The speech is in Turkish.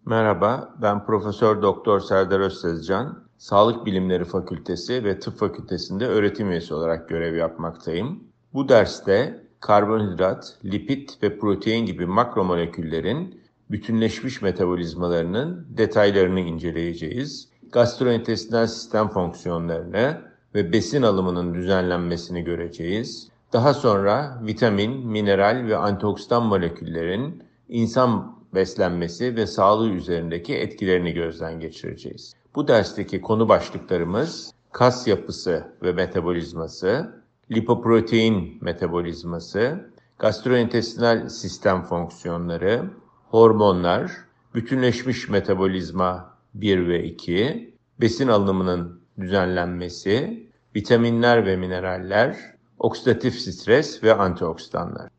Merhaba, ben Profesör Doktor Serdar Öztezcan, Sağlık Bilimleri Fakültesi ve Tıp Fakültesi'nde öğretim üyesi olarak görev yapmaktayım. Bu derste karbonhidrat, lipid ve protein gibi makromoleküllerin bütünleşmiş metabolizmalarının detaylarını inceleyeceğiz. Gastrointestinal sistem fonksiyonlarını ve besin alımının düzenlenmesini göreceğiz. Daha sonra vitamin, mineral ve antioksidan moleküllerin insan beslenmesi ve sağlığı üzerindeki etkilerini gözden geçireceğiz. Bu dersteki konu başlıklarımız kas yapısı ve metabolizması, lipoprotein metabolizması, gastrointestinal sistem fonksiyonları, hormonlar, bütünleşmiş metabolizma 1 ve 2, besin alımının düzenlenmesi, vitaminler ve mineraller, oksidatif stres ve antioksidanlar.